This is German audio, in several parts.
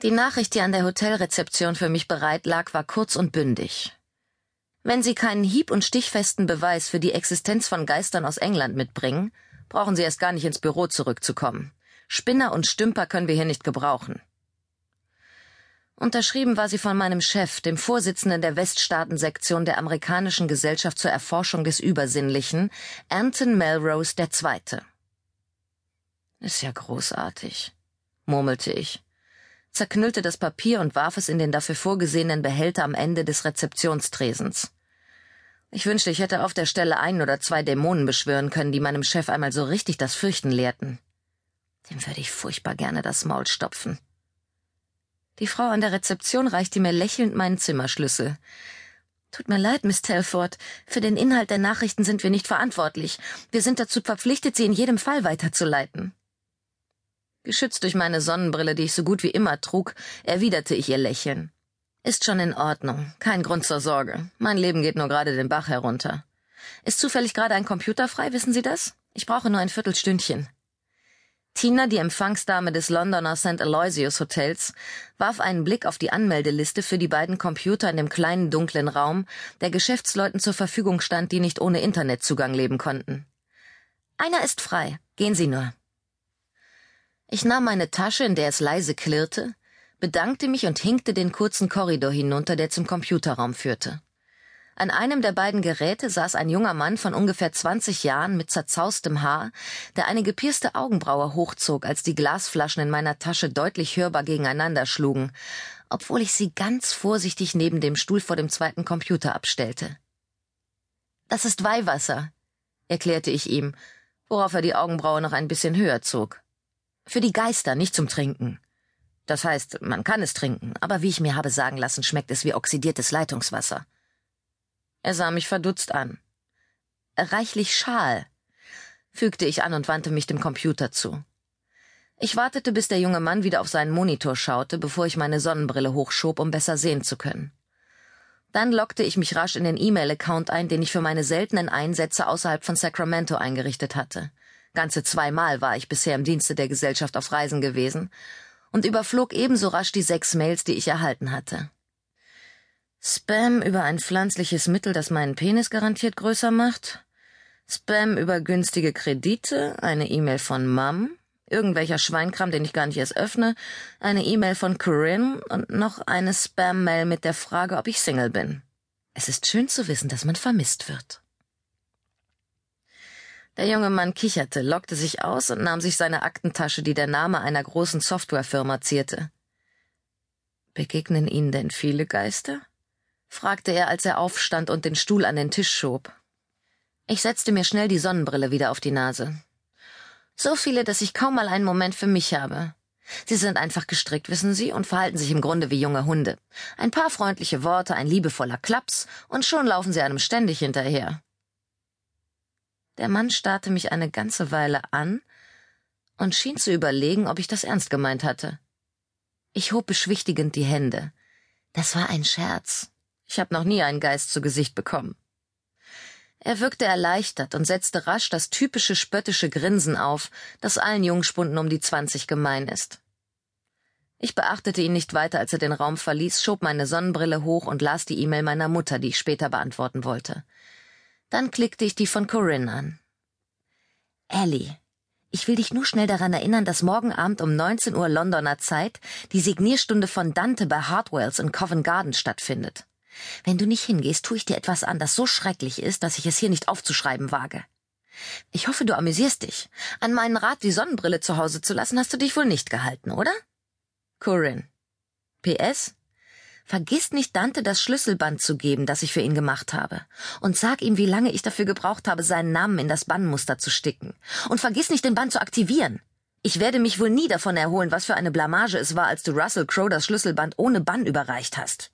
Die Nachricht, die an der Hotelrezeption für mich bereit lag, war kurz und bündig. Wenn Sie keinen hieb- und stichfesten Beweis für die Existenz von Geistern aus England mitbringen, brauchen Sie erst gar nicht ins Büro zurückzukommen. Spinner und Stümper können wir hier nicht gebrauchen. Unterschrieben war sie von meinem Chef, dem Vorsitzenden der Weststaatensektion der Amerikanischen Gesellschaft zur Erforschung des Übersinnlichen, Anton Melrose II. Ist ja großartig, murmelte ich, zerknüllte das Papier und warf es in den dafür vorgesehenen Behälter am Ende des Rezeptionstresens. Ich wünschte, ich hätte auf der Stelle 1 oder 2 Dämonen beschwören können, die meinem Chef einmal so richtig das Fürchten lehrten. Dem würde ich furchtbar gerne das Maul stopfen. Die Frau an der Rezeption reichte mir lächelnd meinen Zimmerschlüssel. »Tut mir leid, Miss Telford. Für den Inhalt der Nachrichten sind wir nicht verantwortlich. Wir sind dazu verpflichtet, sie in jedem Fall weiterzuleiten.« Geschützt durch meine Sonnenbrille, die ich so gut wie immer trug, erwiderte ich ihr Lächeln. »Ist schon in Ordnung. Kein Grund zur Sorge. Mein Leben geht nur gerade den Bach herunter. Ist zufällig gerade ein Computer frei, wissen Sie das? Ich brauche nur ein Viertelstündchen.« Tina, die Empfangsdame des Londoner St. Aloysius Hotels, warf einen Blick auf die Anmeldeliste für die beiden Computer in dem kleinen dunklen Raum, der Geschäftsleuten zur Verfügung stand, die nicht ohne Internetzugang leben konnten. »Einer ist frei. Gehen Sie nur.« Ich nahm meine Tasche, in der es leise klirrte, bedankte mich und hinkte den kurzen Korridor hinunter, der zum Computerraum führte. An einem der beiden Geräte saß ein junger Mann von ungefähr 20 Jahren mit zerzaustem Haar, der eine gepierste Augenbraue hochzog, als die Glasflaschen in meiner Tasche deutlich hörbar gegeneinander schlugen, obwohl ich sie ganz vorsichtig neben dem Stuhl vor dem zweiten Computer abstellte. »Das ist Weihwasser«, erklärte ich ihm, worauf er die Augenbraue noch ein bisschen höher zog. »Für die Geister, nicht zum Trinken. Das heißt, man kann es trinken, aber wie ich mir habe sagen lassen, schmeckt es wie oxidiertes Leitungswasser.« Er sah mich verdutzt an. »Reichlich schal«, fügte ich an und wandte mich dem Computer zu. Ich wartete, bis der junge Mann wieder auf seinen Monitor schaute, bevor ich meine Sonnenbrille hochschob, um besser sehen zu können. Dann loggte ich mich rasch in den E-Mail-Account ein, den ich für meine seltenen Einsätze außerhalb von Sacramento eingerichtet hatte. Ganze 2 Mal war ich bisher im Dienste der Gesellschaft auf Reisen gewesen und überflog ebenso rasch die 6 Mails, die ich erhalten hatte. Spam über ein pflanzliches Mittel, das meinen Penis garantiert größer macht. Spam über günstige Kredite, eine E-Mail von Mom, irgendwelcher Schweinkram, den ich gar nicht erst öffne, eine E-Mail von Corinne und noch eine Spam-Mail mit der Frage, ob ich Single bin. Es ist schön zu wissen, dass man vermisst wird. Der junge Mann kicherte, lockte sich aus und nahm sich seine Aktentasche, die der Name einer großen Softwarefirma zierte. »Begegnen Ihnen denn viele Geister?« fragte er, als er aufstand und den Stuhl an den Tisch schob. Ich setzte mir schnell die Sonnenbrille wieder auf die Nase. »So viele, dass ich kaum mal einen Moment für mich habe. Sie sind einfach gestrickt, wissen Sie, und verhalten sich im Grunde wie junge Hunde. Ein paar freundliche Worte, ein liebevoller Klaps, und schon laufen sie einem ständig hinterher.« Der Mann starrte mich eine ganze Weile an und schien zu überlegen, ob ich das ernst gemeint hatte. Ich hob beschwichtigend die Hände. Das war ein Scherz. Ich habe noch nie einen Geist zu Gesicht bekommen. Er wirkte erleichtert und setzte rasch das typische spöttische Grinsen auf, das allen Jungspunden um die 20 gemein ist. Ich beachtete ihn nicht weiter, als er den Raum verließ, schob meine Sonnenbrille hoch und las die E-Mail meiner Mutter, die ich später beantworten wollte. Dann klickte ich die von Corinne an. »Ellie, ich will dich nur schnell daran erinnern, dass morgen Abend um 19 Uhr Londoner Zeit die Signierstunde von Dante bei Hartwells in Covent Garden stattfindet. Wenn du nicht hingehst, tue ich dir etwas an, das so schrecklich ist, dass ich es hier nicht aufzuschreiben wage. Ich hoffe, du amüsierst dich. An meinen Rat, die Sonnenbrille zu Hause zu lassen, hast du dich wohl nicht gehalten, oder? Corinne. PS: Vergiss nicht, Dante das Schlüsselband zu geben, das ich für ihn gemacht habe. Und sag ihm, wie lange ich dafür gebraucht habe, seinen Namen in das Bannmuster zu sticken. Und vergiss nicht, den Band zu aktivieren. Ich werde mich wohl nie davon erholen, was für eine Blamage es war, als du Russell Crowe das Schlüsselband ohne Bann überreicht hast.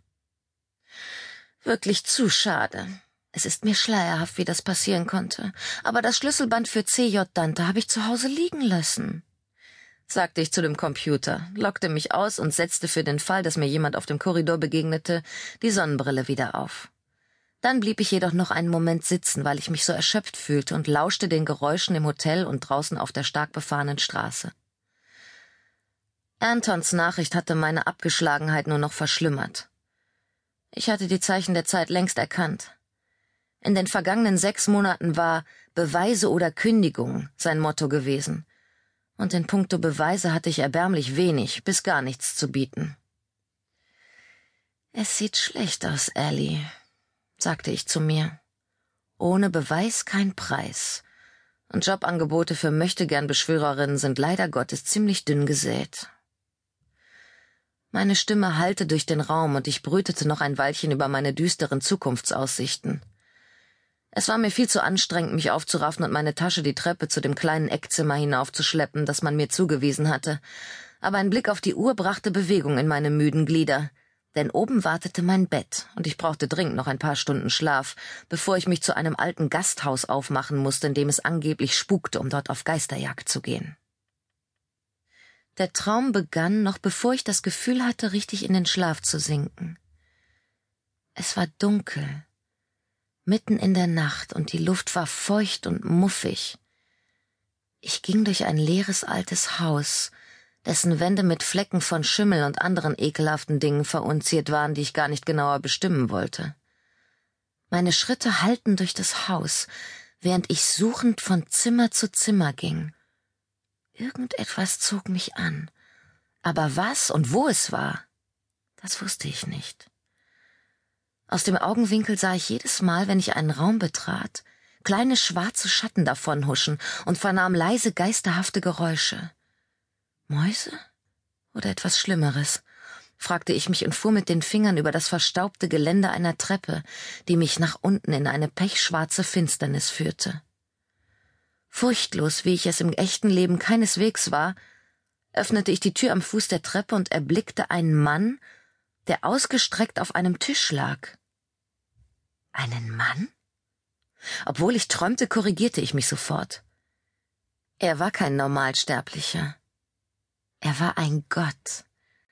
Wirklich zu schade. Es ist mir schleierhaft, wie das passieren konnte. Aber das Schlüsselband für C.J. Dante habe ich zu Hause liegen lassen, sagte ich zu dem Computer, lockte mich aus und setzte für den Fall, dass mir jemand auf dem Korridor begegnete, die Sonnenbrille wieder auf. Dann blieb ich jedoch noch einen Moment sitzen, weil ich mich so erschöpft fühlte und lauschte den Geräuschen im Hotel und draußen auf der stark befahrenen Straße. Antons Nachricht hatte meine Abgeschlagenheit nur noch verschlimmert. Ich hatte die Zeichen der Zeit längst erkannt. In den vergangenen 6 Monaten war »Beweise oder Kündigung« sein Motto gewesen. Und in puncto Beweise hatte ich erbärmlich wenig bis gar nichts zu bieten. »Es sieht schlecht aus, Ellie«, sagte ich zu mir. »Ohne Beweis kein Preis. Und Jobangebote für Möchtegern-Beschwörerinnen sind leider Gottes ziemlich dünn gesät.« Meine Stimme hallte durch den Raum und ich brütete noch ein Weilchen über meine düsteren Zukunftsaussichten. Es war mir viel zu anstrengend, mich aufzuraffen und meine Tasche die Treppe zu dem kleinen Eckzimmer hinaufzuschleppen, das man mir zugewiesen hatte. Aber ein Blick auf die Uhr brachte Bewegung in meine müden Glieder. Denn oben wartete mein Bett, und ich brauchte dringend noch ein paar Stunden Schlaf, bevor ich mich zu einem alten Gasthaus aufmachen musste, in dem es angeblich spukte, um dort auf Geisterjagd zu gehen. Der Traum begann, noch bevor ich das Gefühl hatte, richtig in den Schlaf zu sinken. Es war dunkel, mitten in der Nacht, und die Luft war feucht und muffig. Ich ging durch ein leeres altes Haus, dessen Wände mit Flecken von Schimmel und anderen ekelhaften Dingen verunziert waren, die ich gar nicht genauer bestimmen wollte. Meine Schritte hallten durch das Haus, während ich suchend von Zimmer zu Zimmer ging. Irgendetwas zog mich an, aber was und wo es war, das wusste ich nicht. Aus dem Augenwinkel sah ich jedes Mal, wenn ich einen Raum betrat, kleine schwarze Schatten davonhuschen und vernahm leise geisterhafte Geräusche. Mäuse? Oder etwas Schlimmeres? Fragte ich mich und fuhr mit den Fingern über das verstaubte Geländer einer Treppe, die mich nach unten in eine pechschwarze Finsternis führte. Furchtlos, wie ich es im echten Leben keineswegs war, öffnete ich die Tür am Fuß der Treppe und erblickte einen Mann, der ausgestreckt auf einem Tisch lag. Einen Mann? Obwohl ich träumte, korrigierte ich mich sofort. Er war kein Normalsterblicher. Er war ein Gott.